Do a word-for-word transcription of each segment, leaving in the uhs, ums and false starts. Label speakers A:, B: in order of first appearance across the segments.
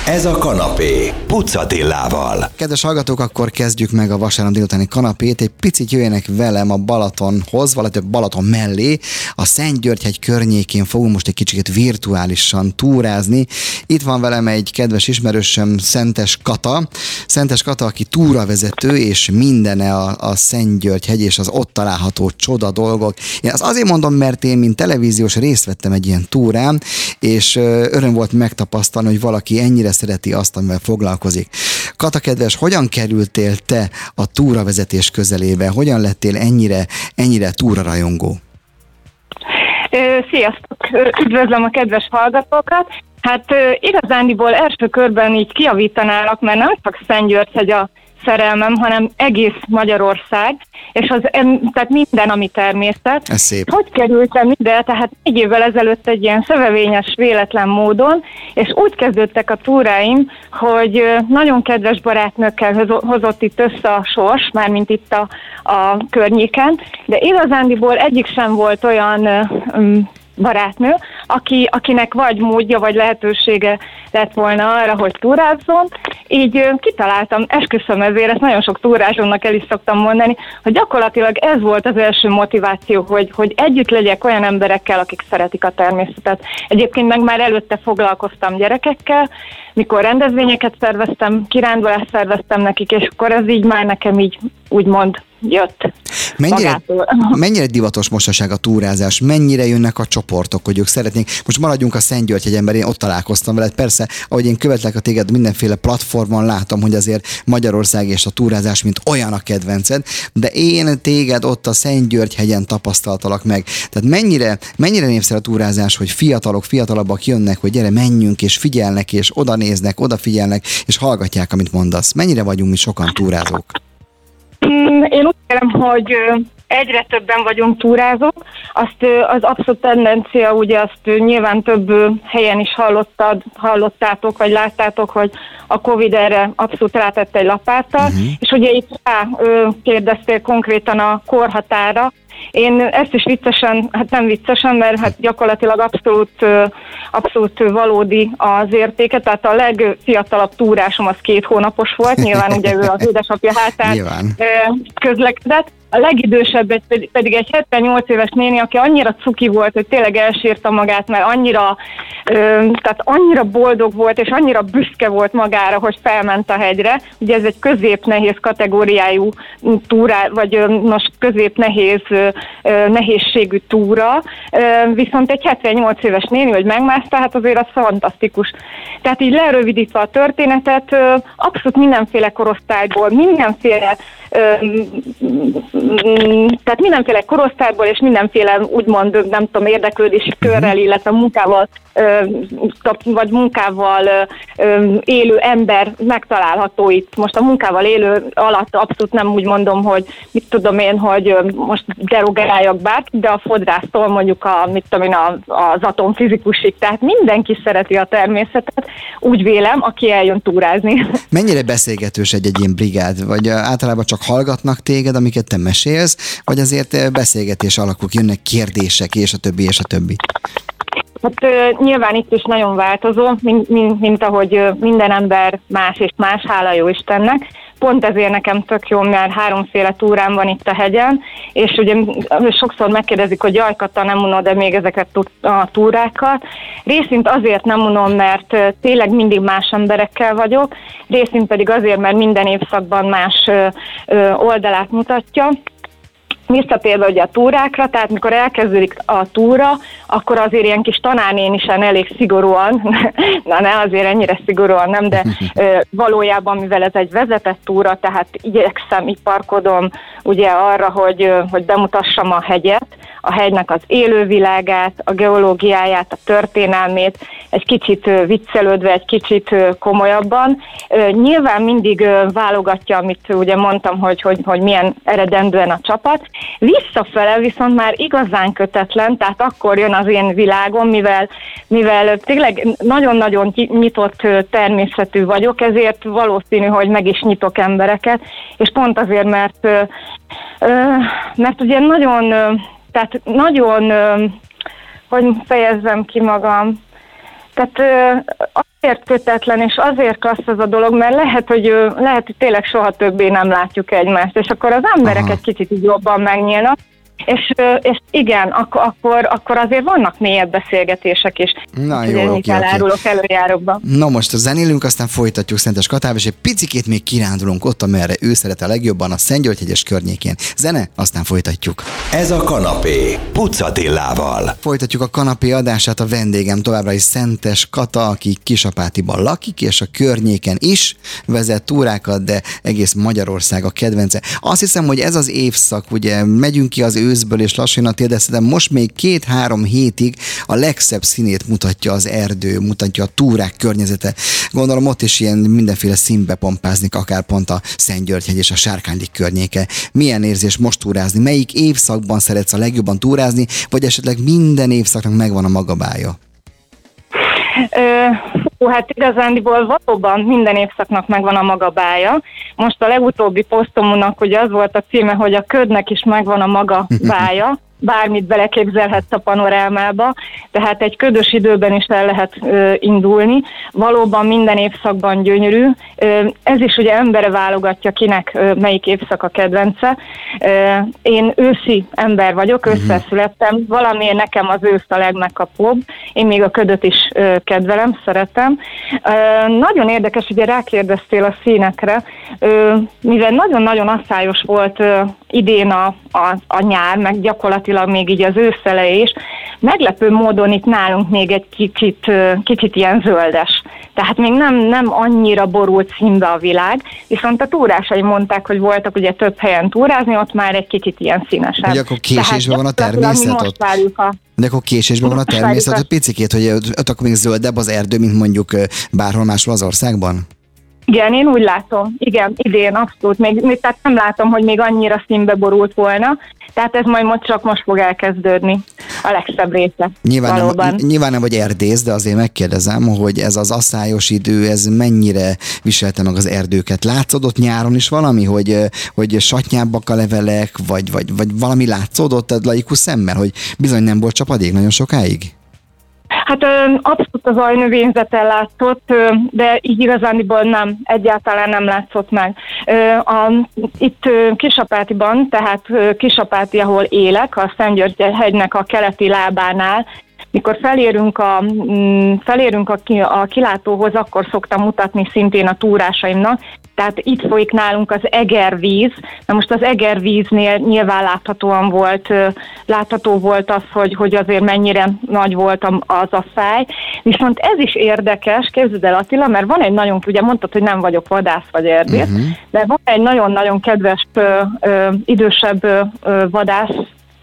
A: Ez a kanapé Puc Attilával.
B: Kedves hallgatók, akkor kezdjük meg a vasárnap délutáni kanapét. Egy picit jöjjenek velem a Balatonhoz, valahogy Balaton mellé. A Szentgyörgyhegy környékén fogunk most egy kicsit virtuálisan túrázni. Itt van velem egy kedves ismerősöm, Szentes Kata. Szentes Kata, aki túravezető, és mindene a, a Szentgyörgyhegy és az ott található csoda dolgok. Én azt azért mondom, mert én, mint televíziós részt vettem egy ilyen túrán, és öröm volt megtapasztalni, hogy valaki ennyire szereti azt, amivel foglalkozik. Kata kedves, hogyan kerültél te a túravezetés közelébe? Hogyan lettél ennyire, ennyire túrarajongó?
C: Sziasztok! Üdvözlöm a kedves hallgatókat! Hát igazándiból első körben így kijavítanálak, mert nem csak Szentgyörgyhegy a szerelmem, hanem egész Magyarország, és az, tehát minden, ami természet.
B: Ez szép.
C: Hogy kerültem ide? Tehát négy évvel ezelőtt egy ilyen szövevényes, véletlen módon, és úgy kezdődtek a túráim, hogy nagyon kedves barátnőkkel hozott itt össze a sors, mármint itt a, a környéken, de igazándiból egyik sem volt olyan um, barátnő, aki, akinek vagy módja, vagy lehetősége lett volna arra, hogy túrázzon. Így kitaláltam, esküszöm ezért, ezt nagyon sok túrázsónak el is szoktam mondani, hogy gyakorlatilag ez volt az első motiváció, hogy, hogy együtt legyek olyan emberekkel, akik szeretik a természetet. Egyébként meg már előtte foglalkoztam gyerekekkel, mikor rendezvényeket szerveztem, kirándulást szerveztem nekik, és akkor ez így már nekem így úgymond jött.
B: Mennyire, mennyire divatos mostanság a túrázás? Mennyire jönnek a csoportok, hogy ők szeretnék? Most maradjunk a Szentgyörgyhegyen, mert én ott találkoztam veled. Persze, ahogy én követlek a téged mindenféle platformon, látom, hogy azért Magyarország és a túrázás mint olyan a kedvenced, de én téged ott a Szentgyörgyhegyen tapasztaltalak meg. Tehát mennyire, mennyire népszerű a túrázás, hogy fiatalok, fiatalabbak jönnek, hogy gyere, menjünk, és figyelnek, és oda néznek, odafigyelnek, és hallgatják, amit mondasz. Mennyire vagyunk mi sokan túrázók?
C: Én úgy kérem, hogy egyre többen vagyunk túrázók, azt az abszolút tendencia, ugye azt nyilván több helyen is hallottad, hallottátok, vagy láttátok, hogy a Covid erre abszolút rátette egy lapáttal, uh-huh. és ugye itt rá kérdeztél konkrétan a korhatára. Én ezt is viccesen, hát nem viccesen, mert hát gyakorlatilag abszolút, abszolút valódi az értéke, tehát a legfiatalabb túrásom az két hónapos volt, nyilván ugye ő az édesapja hátán nyilván közlekedett. A legidősebb pedig egy hetvennyolc éves néni, aki annyira cuki volt, hogy tényleg elsírta magát, mert annyira, tehát annyira boldog volt, és annyira büszke volt magára, hogy felment a hegyre. Ugye ez egy közép-nehéz kategóriájú túrá, vagy most közép-nehéz nehézségű túra, viszont egy hetvennyolc éves néni, hogy megmászta, hát azért az fantasztikus. Tehát így lerövidítve a történetet, abszolút mindenféle korosztályból, mindenféle tehát mindenféle korosztályból és mindenféle úgymond, nem tudom, érdeklődési körrel, illetve munkával vagy munkával élő ember megtalálható itt. Most a munkával élő alatt abszolút nem úgy mondom, hogy mit tudom én, hogy most derogáljak bárki, de a fodrásztól mondjuk a, mit tudom én, az atomfizikusig, tehát mindenki szereti a természetet, úgy vélem, aki eljön túrázni.
B: Mennyire beszélgetős egy-egy ilyen brigád? Vagy általában csak hallgatnak téged, amiket te mesélsz, vagy azért beszélgetés alakul, jönnek kérdések, és a többi, és a többi?
C: Hát uh, nyilván itt is nagyon változó, mint, mint, mint ahogy minden ember más és más, hála jó Istennek. Pont ezért nekem tök jó, mert háromféle túrám van itt a hegyen, és ugye sokszor megkérdezik, hogy jaj, Kata, nem unod-e még ezeket a túrákat. Részint azért nem unom, mert tényleg mindig más emberekkel vagyok, részint pedig azért, mert minden évszakban más oldalát mutatja. Visszatérve ugye a túrákra, tehát mikor elkezdődik a túra, akkor azért ilyen kis tanárnénisen elég szigorúan, na ne azért ennyire szigorúan nem, de valójában, mivel ez egy vezetett túra, tehát igyekszem, itt parkodom ugye arra, hogy, hogy bemutassam a hegyet, a hegynek az élővilágát, a geológiáját, a történelmét, egy kicsit viccelődve, egy kicsit komolyabban. Nyilván mindig válogatja, amit ugye mondtam, hogy, hogy, hogy milyen eredendően a csapat. Visszafele viszont már igazán kötetlen, tehát akkor jön az én világom, mivel, mivel tényleg nagyon-nagyon nyitott természetű vagyok, ezért valószínű, hogy meg is nyitok embereket, és pont azért, mert, mert ugye nagyon, tehát nagyon, hogy fejezzem ki magam, Tehát azért kötetlen, és azért klassz az a dolog, mert lehet, hogy, lehet, hogy tényleg soha többé nem látjuk egymást, és akkor az emberek Aha. egy kicsit így jobban megnyílnak, és, és igen, ak- akkor, akkor azért vannak mélyebb beszélgetések is.
B: Na jó, oké, oké.
C: Elárulok előjárókban.
B: Na most zenélünk, aztán folytatjuk Szentes Katával, és egy picikét még kirándulunk ott, amerre ő szeret a legjobban, a Szentgyörgyhegyes környékén. Zene, aztán folytatjuk.
A: Ez a kanapé Puc Attilával.
B: Folytatjuk a kanapé adását, a vendégem továbbra is Szentes Kata, aki Kisapátiban lakik, és a környéken is vezet túrákat, de egész Magyarország a kedvence. Azt hiszem, hogy ez az évszak, ugye megyünk ki az őszből, és lassan a tél, de most még két-három hétig a legszebb színét mutatja az erdő, mutatja a túrák környezete. Gondolom ott is ilyen mindenféle színbe pompáznik, akár pont a Szentgyörgyhegy és a Sárkánylik környéke. Milyen érzés most túrázni? Melyik évszakban szeretsz a legjobban túrázni, vagy esetleg minden évszaknak megvan a maga bája?
C: Ö, hát igazándiból valóban minden évszaknak megvan a maga bája. Most a legutóbbi posztomunknak ugye az volt a címe, hogy a ködnek is megvan a maga bája. Bármit beleképzelhetsz a panorámába, tehát egy ködös időben is el lehet ö, indulni. Valóban minden évszakban gyönyörű. Ö, ez is ugye embere válogatja, kinek ö, melyik évszak a kedvence. Ö, én őszi ember vagyok, ősszel születtem, valamiért nekem az ősz a legmegkapóbb. Én még a ködöt is ö, kedvelem, szeretem. Ö, nagyon érdekes, ugye rákérdeztél a színekre, ö, mivel nagyon-nagyon asszályos volt ö, idén a, a, a nyár, meg gyakorlatilag még így az ősz eleje is, meglepő módon itt nálunk még egy kicsit, kicsit ilyen zöldes. Tehát még nem, nem annyira borult színbe a világ, viszont a túrásaim mondták, hogy voltak ugye több helyen túrázni, ott már egy kicsit ilyen színesebb.
B: Ugye akkor késésben van a természet ott?
C: A...
B: De akkor késésben van a természet ott picikét, hogy ott akkor még zöldebb az erdő, mint mondjuk bárhol máshol az országban?
C: Igen, én úgy látom. Igen, idén abszolút. Még, még, tehát nem látom, hogy még annyira színbe borult volna. Tehát ez majd most csak most fog elkezdődni a legszebb része.
B: Nyilván nem, nyilván nem vagy erdész, de azért megkérdezem, hogy ez az asszályos idő, ez mennyire viselte meg az erdőket. Látszódott nyáron is valami, hogy, hogy satnyábbak a levelek, vagy, vagy, vagy valami látszódott a laikus szemmel, hogy bizony nem volt csapadék nagyon sokáig?
C: Hát abszolút az ajnövényzeten látszott, de így igazániból nem, egyáltalán nem látszott meg. A, itt Kisapátiban, tehát Kisapáti, ahol élek, a Szentgyörgyhegynek a keleti lábánál, mikor felérünk a, felérünk a, a kilátóhoz, akkor szoktam mutatni szintén a túrásaimnak, tehát itt folyik nálunk az egervíz. Na most az egervíznél nyilván láthatóan volt, látható volt az, hogy, hogy azért mennyire nagy volt az a fáj. Viszont ez is érdekes, képzeld el Attila, mert van egy nagyon, ugye mondtad, hogy nem vagyok vadász vagy erdész, uh-huh. de van egy nagyon-nagyon kedves ö, ö, idősebb ö, vadász,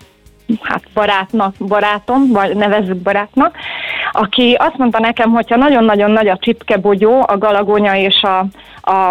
C: hát barátnak, barátom, vagy nevezzük barátnak, aki azt mondta nekem, hogyha nagyon-nagyon nagy a csipkebogyó, a galagonya és a, a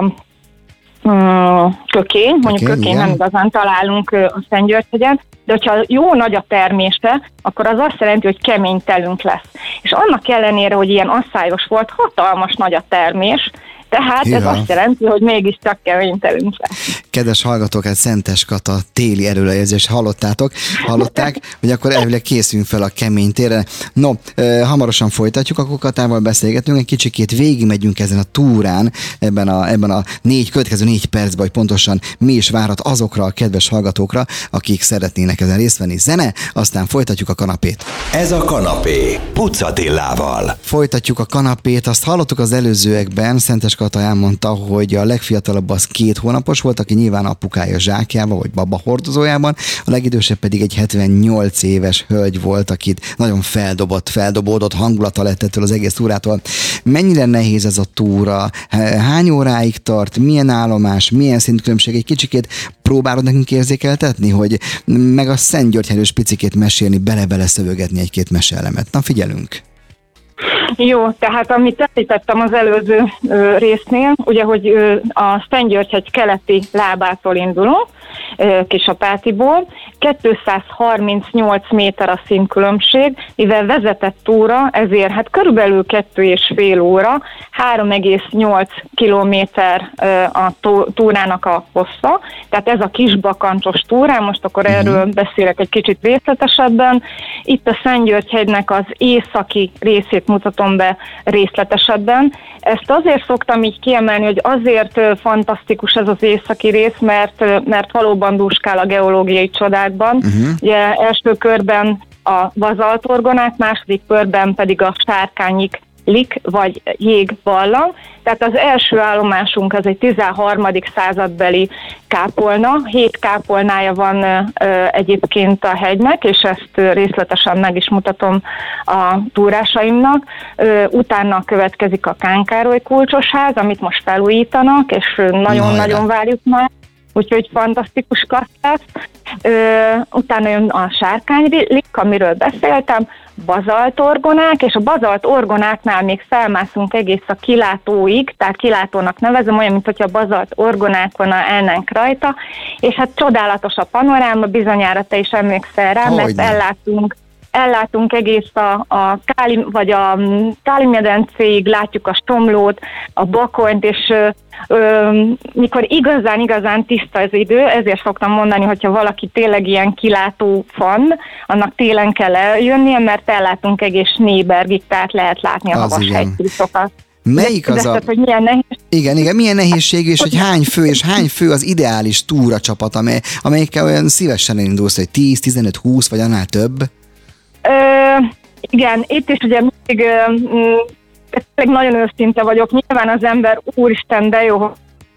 C: um, kökény, mondjuk kökény, kökény nem igazán találunk a Szentgyörgyhegyen, de hogyha jó nagy a termése, akkor az azt jelenti, hogy kemény telünk lesz. És annak ellenére, hogy ilyen asszályos volt, hatalmas nagy a termés, tehát Hűha. Ez azt jelenti, hogy mégiscsak keménytelünk lesz.
B: Kedves hallgatók, hát Szentes Kata téli erőleérzést hallottátok, hallották, hogy akkor elvileg készülünk fel a kemény térre. No, e, hamarosan folytatjuk, akkor Katával beszélgetünk, egy kicsikét végigmegyünk ezen a túrán, ebben a, ebben a négy, következő négy percben, hogy pontosan mi is várhat azokra a kedves hallgatókra, akik szeretnének ezen részt venni. Zene, aztán folytatjuk a kanapét.
A: Ez a kanapé Puc Attilával.
B: Folytatjuk a kanapét, azt hallottuk az előzőekben, Szentes Kata elmondta, hogy a legfiatalabb az két hónapos volt, aki nyilván apukája zsákjában, vagy baba hordozójában, a legidősebb pedig egy hetvennyolc éves hölgy volt, akit nagyon feldobott, feldobódott hangulata lett ettől az egész túrától. Mennyire nehéz ez a túra? Hány óráig tart? Milyen állomás? Milyen szintkülönbség? Egy kicsikét próbálod nekünk érzékeltetni, hogy meg a Szentgyörgyhegyről picikét mesélni, bele-bele szövögetni egy-két meseelemet. Na, figyelünk!
C: Jó, tehát amit említettem az előző ö, résznél, ugye, hogy ö, a Szentgyörgyhegy keleti lábától indulunk, ö, Kisapátiból, kétszázharmincnyolc méter a színkülönbség, mivel vezetett túra, ezért hát körülbelül kettő és fél óra, három egész nyolc kilométer ö, a túrának a hossza, tehát ez a kisbakancsos túrán, most akkor uh-huh. erről beszélek egy kicsit részletesebben. Itt a Szentgyörgyhegynek az északi részét mutat mutatom be részletesebben. Ezt azért szoktam így kiemelni, hogy azért fantasztikus ez az északi rész, mert, mert valóban dúskál a geológiai csodákban. Uh-huh. Ugye első körben a bazaltorgonák, második körben pedig a sárkányik lik vagy jégbarlang. Tehát az első állomásunk az egy tizenharmadik századbeli kápolna. Hét kápolnája van ö, egyébként a hegynek, és ezt részletesen meg is mutatom a túrásaimnak. Ö, utána következik a Kán Károly kulcsos ház, amit most felújítanak, és nagyon-nagyon várjuk már. Úgyhogy fantasztikus klassz lesz. Ö, utána jön a sárkánylik, amiről beszéltem, bazaltorgonák, és a bazaltorgonáknál még felmászunk egész a kilátóig, tehát kilátónak nevezem, olyan, mint hogyha a bazaltorgonákon elnánk rajta, és hát csodálatos a panoráma, bizonyára te is emlékszel rá,
B: Hogyne.
C: mert ellátunk ellátunk egész a, a Káli, vagy a Káli-medencéig, látjuk a Somlót, a Bakonyt, és ö, ö, mikor igazán-igazán tiszta az idő, ezért szoktam mondani, hogyha valaki tényleg ilyen kilátó fan, annak télen kell eljönnie, mert ellátunk egész Schneebergig, tehát lehet látni a havas hegycsúcsokat.
B: Melyik az a...
C: hogy milyen nehéz...
B: Igen, igen, milyen nehézség, és hogy hány fő, és hány fő az ideális túracsapat, amely, amelyikkel olyan szívesen indulsz, hogy tíz, tizenöt, húsz, vagy annál több?
C: Ö, igen, itt is ugye még tényleg nagyon őszinte vagyok. Nyilván az ember, úristen, de jó,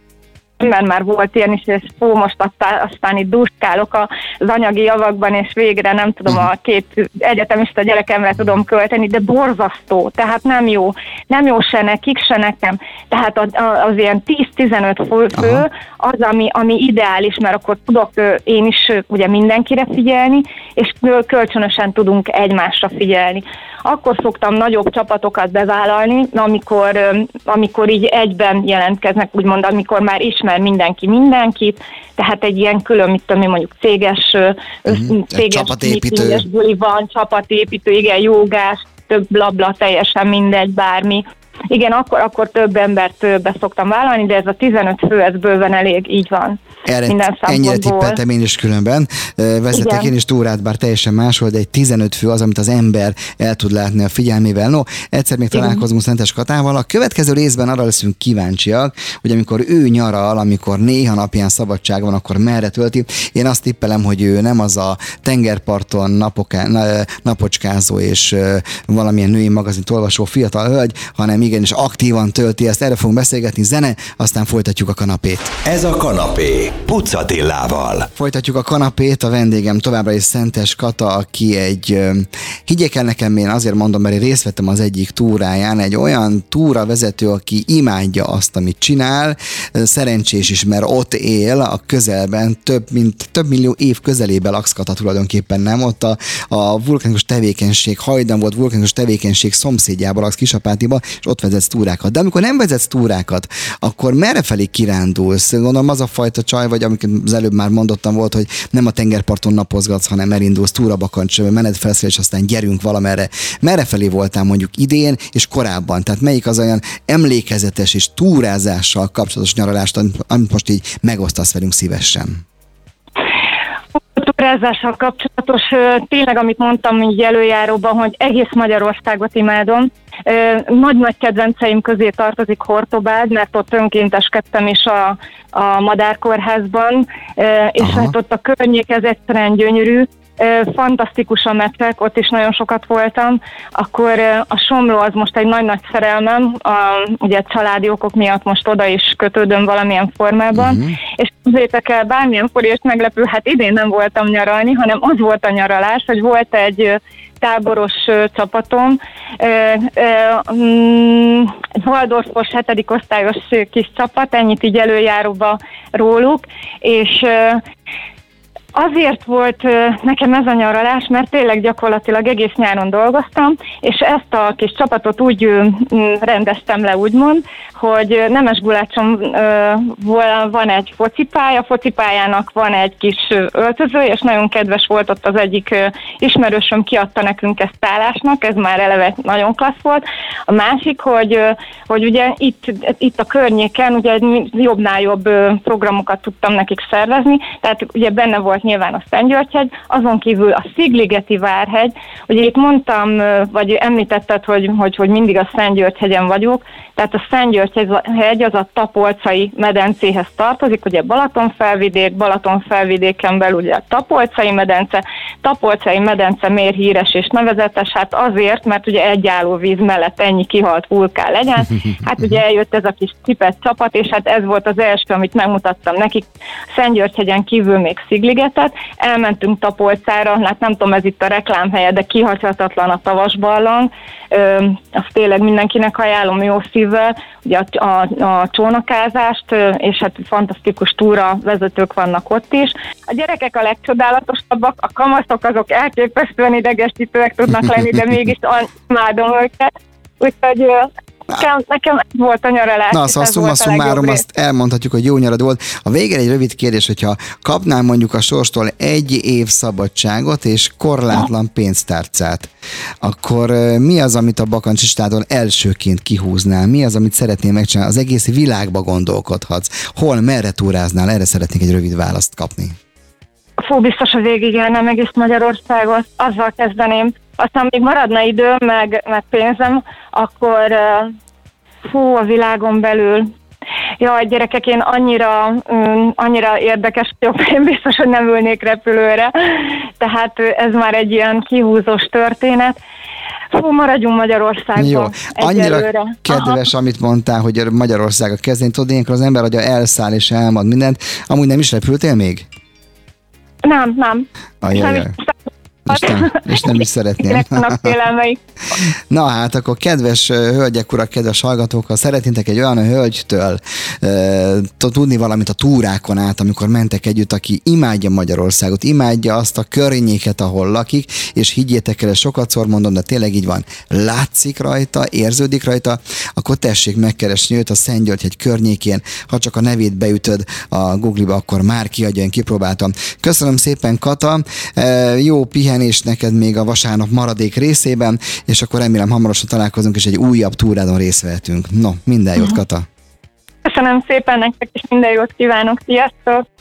C: mert már volt ilyen is, és fó, most aztán, aztán itt dúskálok az anyagi javakban, és végre nem tudom, a két egyetemista gyerekemre tudom költeni, de borzasztó, tehát nem jó. Nem jó se nekik, se nekem. Tehát az, az ilyen tíz-tizenöt fő, fő az, ami, ami ideális, mert akkor tudok én is ugye mindenkire figyelni, és kölcsönösen tudunk egymásra figyelni. Akkor szoktam nagyobb csapatokat bevállalni, amikor, amikor így egyben jelentkeznek, úgymond, amikor már ismer mindenki mindenkit, tehát egy ilyen külön, mit tudom én, mondjuk céges, uh-huh. céges
B: csapatépítő.
C: buli van, csapatépítő, igen, jogás, több blabla, teljesen mindegy, bármi. Igen, akkor, akkor több embert be szoktam vállalni, de ez a tizenöt fő, ez bőven elég, így van.
B: Erre ennyire tippeltem én is különben. Vezetek Igen. én is túrát, bár teljesen máshol, de egy tizenöt fő az, amit az ember el tud látni a figyelmével. No, egyszer még találkozunk Szentes Katával. A következő részben arra leszünk kíváncsiak, hogy amikor ő nyaral, amikor néha napján szabadság van, akkor merre tölti. Én azt tippelem, hogy ő nem az a tengerparton napoká, napocskázó és valamilyen női magazint olvasó fiatal hölgy, hanem igenis aktívan tölti ezt. Erre fogunk beszélgetni, zene, aztán folytatjuk a kanapét.
A: Ez a kanapé Puc Attilával.
B: Folytatjuk a kanapét, a vendégem továbbra is Szentes Kata, aki egy, higgyék el nekem, én azért mondom, mert én részt vettem az egyik túráján, egy olyan túravezető, aki imádja azt, amit csinál, szerencsés is, mert ott él a közelben, több, mint több millió év közelében laksz, Kata, tulajdonképpen nem, ott a, a vulkanikus tevékenység, hajdan volt vulkanikus tevékenység szomszédjában laksz, Kisapátiba, és ott vezetsz túrákat. De amikor nem vezetsz túrákat, akkor merre felé kirándulsz? Gondolom az a fajta csaj, vagy amiket az előbb már mondottam volt, hogy nem a tengerparton napozgatsz, hanem elindulsz túrabakancs, menetfelszerelés, aztán gyerünk valamerre. Merre felé voltál mondjuk idén és korábban? Tehát melyik az olyan emlékezetes és túrázással kapcsolatos nyaralást, amit most így megosztasz velünk szívesen?
C: A túrázással kapcsolatos, tényleg, amit mondtam így előjáróban, hogy egész Magyarországot imádom. Nagy-nagy kedvenceim közé tartozik Hortobágy, mert ott önkénteskedtem is a, a Madárkórházban, és Aha. hát ott a környék, ez egyszerűen gyönyörű. Fantasztikus a metrek, ott is nagyon sokat voltam. Akkor a Somló az most egy nagy-nagy szerelmem, a, ugye családi okok miatt most oda is kötődöm valamilyen formában, uh-huh. és képzeljétek el, bármilyen forrás meglepő, hát idén nem voltam nyaralni, hanem az volt a nyaralás, hogy volt egy táboros csapatom, Waldorfos hetedik osztályos kis csapat, ennyit így előjáróba róluk, és azért volt nekem ez a nyaralás, mert tényleg gyakorlatilag egész nyáron dolgoztam, és ezt a kis csapatot úgy rendeztem le, úgymond, hogy Nemesgulácson van egy focipálya, a focipályának van egy kis öltöző, és nagyon kedves volt ott az egyik ismerősöm, kiadta nekünk ezt szállásnak, ez már eleve nagyon klassz volt. A másik, hogy, hogy ugye itt, itt a környéken ugye jobbnál jobb programokat tudtam nekik szervezni, tehát ugye benne volt volt nyilván a Szentgyörgyhegy, azon kívül a Szigligeti Várhegy, ugye itt mondtam, vagy említetted, hogy, hogy, hogy mindig a Szentgyörgyhegyen vagyok, tehát a Szentgyörgyhegy az a Tapolcai medencéhez tartozik, ugye Balatonfelvidék, Balatonfelvidéken belül ugye a Tapolcai medence, Tapolcai medence miért híres és nevezetes? Hát azért, mert ugye egy állóvíz mellett ennyi kihalt vulkán legyen. Hát ugye eljött ez a kis cipet csapat, és hát ez volt az első, amit megmutattam nekik. Szentgyörgyhegyen kívül még Szigligetet, elmentünk Tapolcára, hát nem tudom, ez itt a reklámhelye, de kihagyhatatlan a Tavasbarlang, Ö, azt tényleg mindenkinek ajánlom jó szívvel, ugye a, a, a csónakázást, és hát fantasztikus túra vezetők vannak ott is. A gyerekek a legcsodálatosabbak, a kamaszok azok elképesztően idegesítőek tudnak lenni, de mégis imádom őket. Úgyhogy nekem, nekem ez volt a nyaralás.
B: Na, szóval szumma summarum, azt elmondhatjuk, hogy jó nyarad volt. A végén egy rövid kérdés, hogyha kapnám mondjuk a sorstól egy év szabadságot és korlátlan pénztárcát, akkor mi az, amit a bakancsistától elsőként kihúznál? Mi az, amit szeretnél megcsinálni? Az egész világba gondolkodhatsz. Hol, merre túráznál? Erre szeretnék egy rövid választ kapni.
C: Fú, biztos, hogy végigélnem egész Magyarországot. Azzal kezdeném. Aztán még maradna idő, meg, meg pénzem, akkor fú, a világon belül. Jaj, gyerekek, én annyira, um, annyira érdekes vagyok, én biztos, hogy nem ülnék repülőre. Tehát ez már egy ilyen kihúzós történet. Fú, maradjunk Magyarországon.
B: Jó, annyira
C: egyelőre.
B: kedves, Aha. amit mondtál, hogy Magyarország a kezdén, tudod, ilyenkor az ember agya elszáll és elmond mindent. Amúgy nem is repültél még?
C: Nem, nem.
B: Ajajaj. És nem, és nem is szeretném. Na hát, akkor kedves hölgyek, urak, kedves hallgatók, ha szeretnétek egy olyan hölgytől e, tudni valamit a túrákon át, amikor mentek együtt, aki imádja Magyarországot, imádja azt a környéket, ahol lakik, és higgyétek el, sokat szor mondom, de tényleg így van, látszik rajta, érződik rajta, akkor tessék megkeresni őt a Szentgyörgyhegy környékén, ha csak a nevét beütöd a Google-ba, akkor már kiadja, én kipróbáltam. Köszönöm szépen, Kata, e, jó pihen és neked még a vasárnap maradék részében, és akkor remélem hamarosan találkozunk, és egy újabb túrádon részt vehetünk. No, minden jót, Kata!
C: Köszönöm szépen nektek, és minden jót kívánok! Sziasztok!